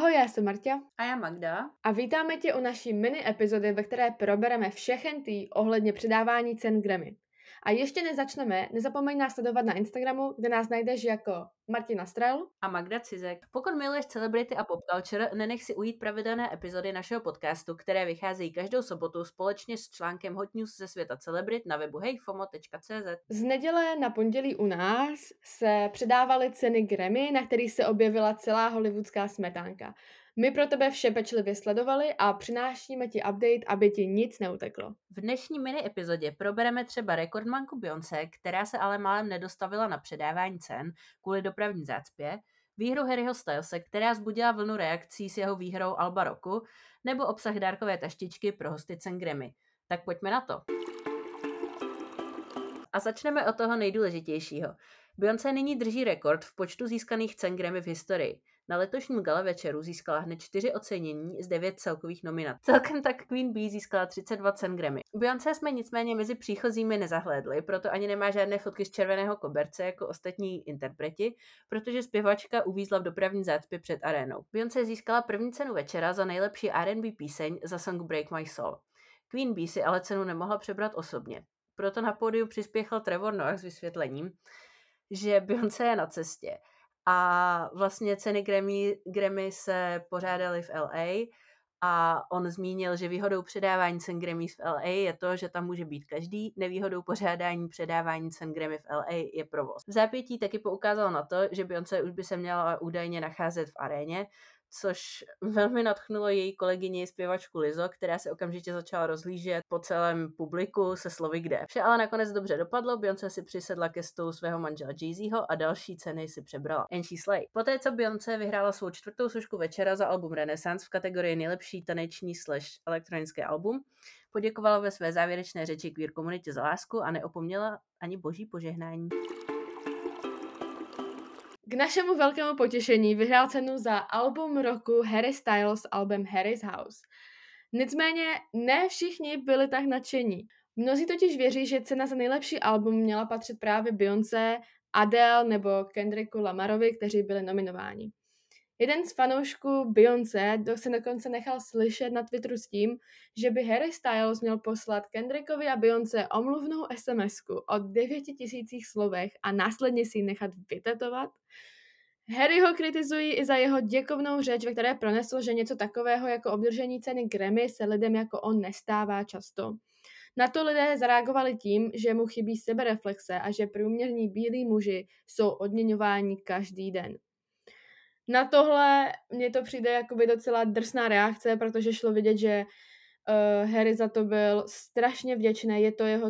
Ahoj, já jsem Marta A já Magda. a vítáme tě u naší mini epizody, ve které probereme všechen ohledně předávání cen Grammy. A ještě než začneme, nezapomeň nás sledovat na Instagramu, kde nás najdeš jako Martina Strel A Magda Cizek. Pokud miluješ celebrity a pop culture, nenech si ujít pravidelné epizody našeho podcastu, které vycházejí každou sobotu společně s článkem Hot News ze světa celebrit na webu hejfomo.cz. Z neděle na pondělí u nás se předávaly ceny Grammy, na kterých se objevila celá hollywoodská smetánka. My pro tebe vše pečlivě sledovali a přinášíme ti update, aby ti nic neuteklo. V dnešní mini epizodě probereme třeba rekordmanku Beyoncé, která se ale málem nedostavila na předávání cen kvůli dopravní zácpě, výhru Harryho Stylese, která vzbudila vlnu reakcí s jeho výhrou Alba roku, nebo obsah dárkové taštičky pro hosty cen Grammy. Tak pojďme na to. A začneme od toho nejdůležitějšího. Beyoncé nyní drží rekord v počtu získaných cen Grammy v historii. Na letošním gala večeru získala hned 4 ocenění z 9 celkových nominací. Celkem tak Queen Bee získala 32 cen Grammy. Beyoncé jsme nicméně mezi příchozími nezahlédli, proto ani nemá žádné fotky z červeného koberce jako ostatní interpreti, protože zpěvačka uvízla v dopravní zácpě před arénou. Beyoncé získala první cenu večera za nejlepší R&B píseň za song Break My Soul. Queen Bee si ale cenu nemohla přebrat osobně. Proto na pódiu přispěchal Trevor Noah s vysvětlením, že Beyoncé je na cestě. A vlastně ceny Grammy se pořádaly v LA a on zmínil, že výhodou předávání cen Grammy v LA je to, že tam může být každý, nevýhodou pořádání předávání cen Grammy v LA je provoz. V zápětí taky poukázal na to, že Beyoncé už by se měla údajně nacházet v aréně, což velmi nadchnulo její kolegyni zpěvačku Lizzo, která se okamžitě začala rozhlížet po celém publiku se slovy kde. Vše ale nakonec dobře dopadlo, Beyoncé si přisedla ke stolu svého manžela Jay-Zho a další ceny si přebrala. And she slay. Poté, co Beyoncé vyhrála svou 4. sošku večera za album Renaissance v kategorii nejlepší taneční / elektronické album, poděkovala ve své závěrečné řeči queer komunitě za lásku a neopomněla ani boží požehnání. K našemu velkému potěšení vyhrál cenu za album roku Harry Styles album Harry's House. Nicméně ne všichni byli tak nadšení. Mnozí totiž věří, že cena za nejlepší album měla patřit právě Beyoncé, Adele nebo Kendricku Lamarovi, kteří byli nominováni. Jeden z fanoušků Beyoncé se dokonce nechal slyšet na Twitteru s tím, že by Harry Styles měl poslat Kendrickovi a Beyoncé omluvnou SMS-ku o 9000 slovech a následně si ji nechat vytetovat. Harry ho kritizují i za jeho děkovnou řeč, ve které pronesl, že něco takového jako obdržení ceny Grammy se lidem jako on nestává často. Na to lidé zareagovali tím, že mu chybí sebereflexe a že průměrní bílí muži jsou odměňováni každý den. Na tohle mně to přijde jakoby docela drsná reakce, protože šlo vidět, že Harry za to byl strašně vděčný. Je to jeho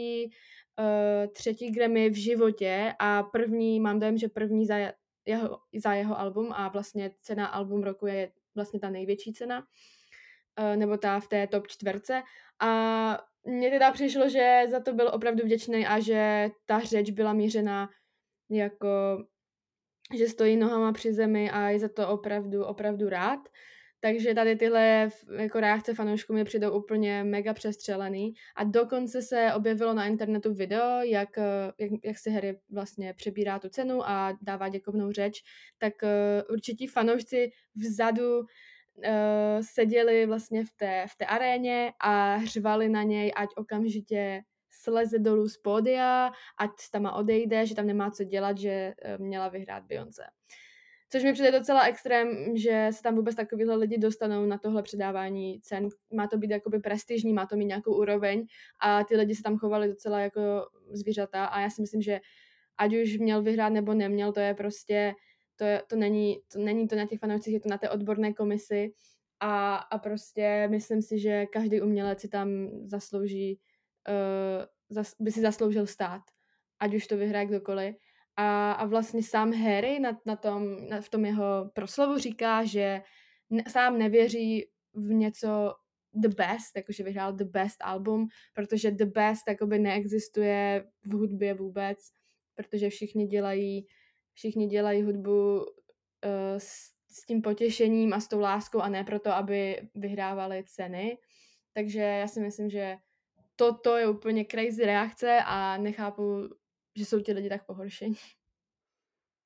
třetí Grammy v životě a první, mám dojem, že první za jeho album a vlastně cena album roku je vlastně ta největší cena, nebo ta v té top 4. A mně teda přišlo, že za to byl opravdu vděčný a že ta řeč byla mířena jako, že stojí nohama při zemi a je za to opravdu rád. Takže tady tyhle jako reakce fanoušků mi přijdou úplně mega přestřelený a dokonce se objevilo na internetu video, jak si Harry vlastně přebírá tu cenu a dává děkovnou řeč, tak určití fanoušci vzadu seděli vlastně v té aréně a řvali na něj, ať okamžitě sleze dolů z pódia, ať tam odejde, že tam nemá co dělat, že měla vyhrát Beyoncé. Což mi přijde docela extrém, že se tam vůbec takovýhle lidi dostanou na tohle předávání cen. Má to být jakoby prestižní, má to mít nějakou úroveň a ty lidi se tam chovali docela jako zvířata a já si myslím, že ať už měl vyhrát nebo neměl, to je prostě, to není to na těch fanoušcích, je to na té odborné komisi a prostě myslím si, že každý umělec si tam zaslouží, by si zasloužil stát, ať už to vyhraje kdokoliv. A vlastně sám Harry v tom jeho proslovu říká, že sám nevěří v něco the best, jakože vyhrál the best album, protože the best jakoby neexistuje v hudbě vůbec, protože všichni dělají hudbu s tím potěšením a s tou láskou a ne proto, aby vyhrávali ceny. Takže já si myslím, že toto je úplně crazy reakce a nechápu, že jsou ti lidi tak pohoršení.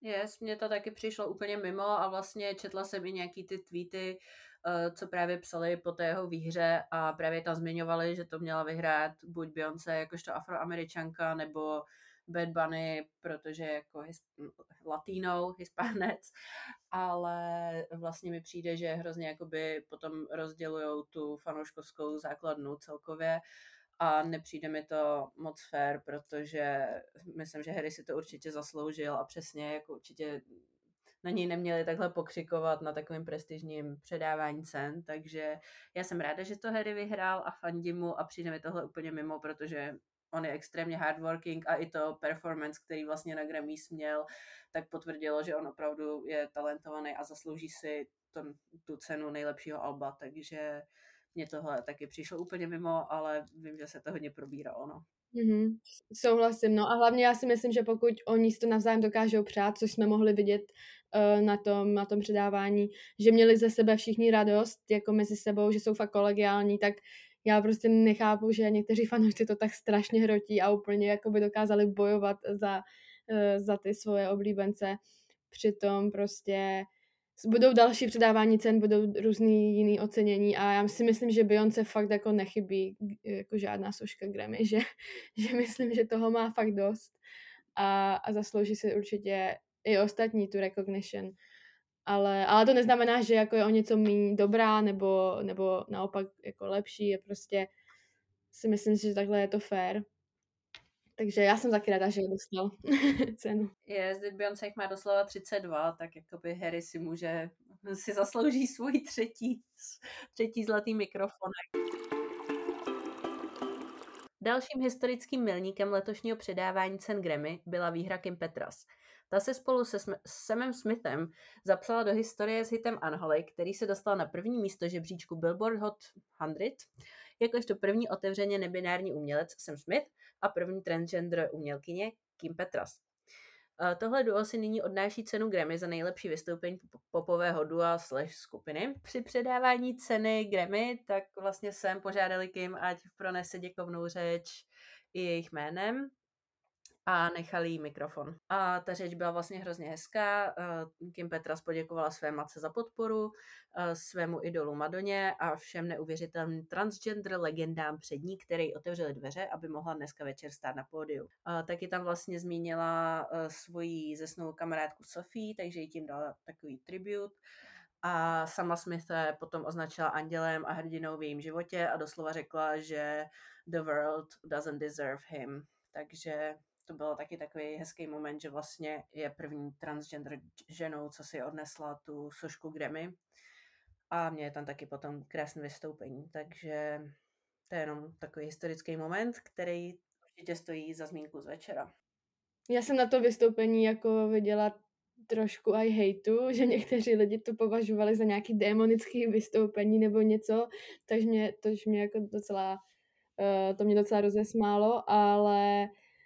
Mně to taky přišlo úplně mimo a vlastně četla jsem i nějaký ty tweety, co právě psali po té jeho výhře a právě tam zmiňovali, že to měla vyhrát buď Beyoncé jakožto Afroameričanka nebo Bad Bunny, protože jako Latino, Hispánec, ale vlastně mi přijde, že hrozně jakoby potom rozdělujou tu fanouškovskou základnu celkově a nepřijde mi to moc fair, protože myslím, že Harry si to určitě zasloužil a přesně jako určitě na něj neměli takhle pokřikovat na takovém prestižním předávání cen, takže já jsem ráda, že to Harry vyhrál a fandím mu a přijde mi tohle úplně mimo, protože on je extrémně hardworking a i to performance, který vlastně na Grammys měl, tak potvrdilo, že on opravdu je talentovaný a zaslouží si tu cenu nejlepšího alba, takže mně tohle taky přišlo úplně mimo, ale vím, že se to hodně probíralo, no. Mhm. Souhlasím, no a hlavně já si myslím, že pokud oni si to navzájem dokážou přát, což jsme mohli vidět na tom předávání, že měli ze sebe všichni radost jako mezi sebou, že jsou fakt kolegiální, tak já prostě nechápu, že někteří fanoušci to tak strašně hrotí a úplně jako by dokázali bojovat za ty svoje oblíbence. Přitom prostě budou další předávání cen, budou různý jiný ocenění a já si myslím, že Beyoncé fakt jako nechybí jako žádná soška Grammy, že myslím, že toho má fakt dost a zaslouží si určitě i ostatní tu recognition. Ale to neznamená, že jako je o něco méně dobrá nebo naopak jako lepší, je prostě si myslím, že takhle je to fair. Takže já jsem taky ráda, že dostal cenu. Zde Beyoncé má doslova 32, tak jakoby Harry si zaslouží svůj třetí zlatý mikrofon. Dalším historickým milníkem letošního předávání cen Grammy byla výhra Kim Petras. Ta se spolu se Samem Smithem zapsala do historie s hitem Unholy, který se dostal na první místo žebříčku Billboard Hot 100, jakožto první otevřeně nebinární umělec Sam Smith a první transgender umělkyně Kim Petras. Tohle duo si nyní odnáší cenu Grammy za nejlepší vystoupení popového dua / skupiny. Při předávání ceny Grammy tak vlastně sem požádali Kim, ať pronese děkovnou řeč i jejich jménem a nechali jí mikrofon. A ta řeč byla vlastně hrozně hezká. Kim Petras poděkovala své matce za podporu, svému idolu Madoně a všem neuvěřitelným transgender legendám před ní, který otevřeli dveře, aby mohla dneska večer stát na pódiu. Taky tam vlastně zmínila svoji zesnulou kamarádku Sophie, takže jí tím dala takový tribut. A sama Smith potom označila andělem a hrdinou v jejím životě a doslova řekla, že the world doesn't deserve him. Takže to byl taky takový hezký moment, že vlastně je první transgender ženou, co si odnesla tu sošku Grammy. A mě je tam taky potom krásné vystoupení. Takže to je jenom takový historický moment, který určitě stojí za zmínku z večera. Já jsem na to vystoupení jako viděla trošku aj hejtu, že někteří lidi to považovali za nějaký démonický vystoupení nebo něco, to mě jako docela, to mě docela rozesmálo, ale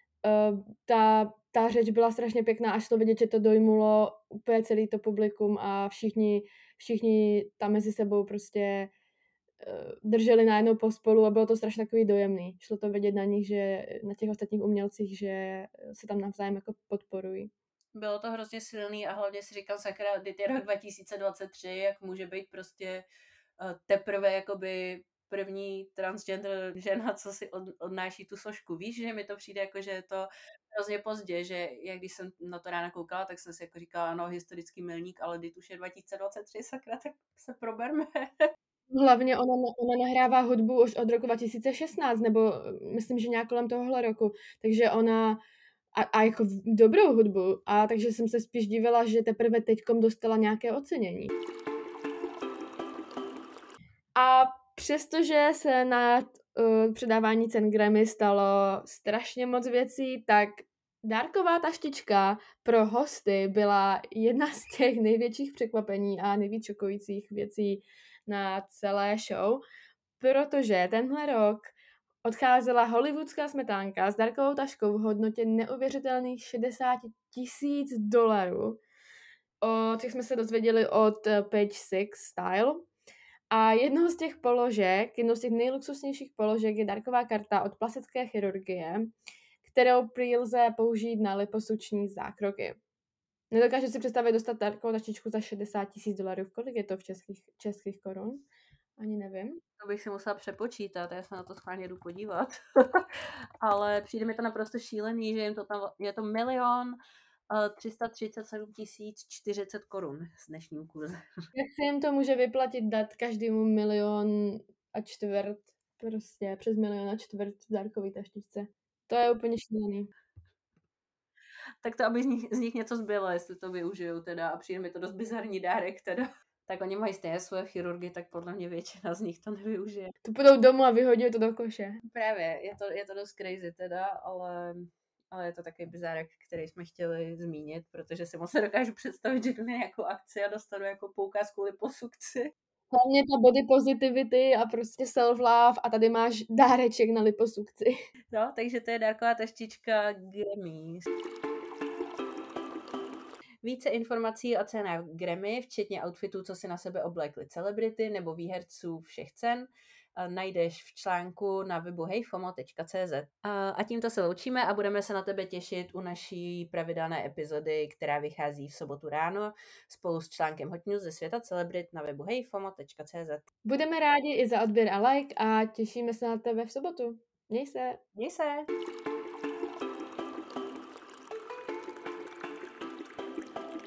ta řeč byla strašně pěkná, až to vidět, že to dojmulo úplně celý to publikum a všichni tam mezi sebou prostě drželi najednou pospolu a bylo to strašně takový dojemný. Šlo to vidět na nich, že na těch ostatních umělcích, že se tam navzájem jako podporují. Bylo to hrozně silný a hlavně si říkal, sakra, teď je rok 2023, jak může být prostě teprve jakoby první transgender žena, co si odnáší tu sošku. Víš, že mi to přijde jako, že je to hrozně pozdě, že jak když jsem na to ráno koukala, tak jsem si jako říkala, ano, historický milník, ale teď už je 2023, sakra, tak se proberme. Hlavně ona nahrává hudbu už od roku 2016, nebo myslím, že nějak kolem tohohle roku, takže ona a jako dobrou hudbu, a takže jsem se spíš divila, že teprve teďkom dostala nějaké ocenění. A přestože se na předávání cen Grammy stalo strašně moc věcí, tak dárková taštička pro hosty byla jedna z těch největších překvapení a nejvíc šokujících věcí na celé show, protože tenhle rok odcházela hollywoodská smetánka s dárkovou taškou v hodnotě neuvěřitelných $60,000, o těch jsme se dozvěděli od Page Six Style. A jednou z těch nejluxusnějších položek je dárková karta od plastické chirurgie, kterou prý lze použít na liposuční zákroky. Nedokážu si představit dostat takovou taštičku za $60,000. Kolik je to v českých korun? Ani nevím. To bych si musela přepočítat, já se na to schválně jdu podívat. Ale přijde mi to naprosto šílený, že jim to tam, je to 1 337 040 korun s dnešním kurzem. Jak se jim to může vyplatit dát každému 1,25 milionu, prostě přes 1,25 milionu v dárkový taštičce. To je úplně šílený. Tak to, aby z nich něco zbylo, jestli to využijou teda a přijde mi to dost bizarní dárek teda. Tak oni mají stejně svoje chirurgy, tak podle mě většina z nich to nevyužije. To půjdou domů a vyhodí to do koše. Právě, je to dost crazy teda, ale je to takový bizárek, který jsme chtěli zmínit, protože si moc nedokážu představit, že jdu na nějakou akci a dostanu jako poukázku liposukci. Hlavně ta body positivity a prostě self-love a tady máš dáreček na liposukci. No, takže to je dárková taštička Grammy. Více informací o cenách Grammy, včetně outfitů, co si na sebe oblékly celebrity nebo výherců všech cen, najdeš v článku na webu hejfomo.cz. A tímto se loučíme a budeme se na tebe těšit u naší pravidelné epizody, která vychází v sobotu ráno spolu s článkem Hot News ze světa celebrit na webu hejfomo.cz. Budeme rádi i za odběr a like a těšíme se na tebe v sobotu. Měj se! Měj se!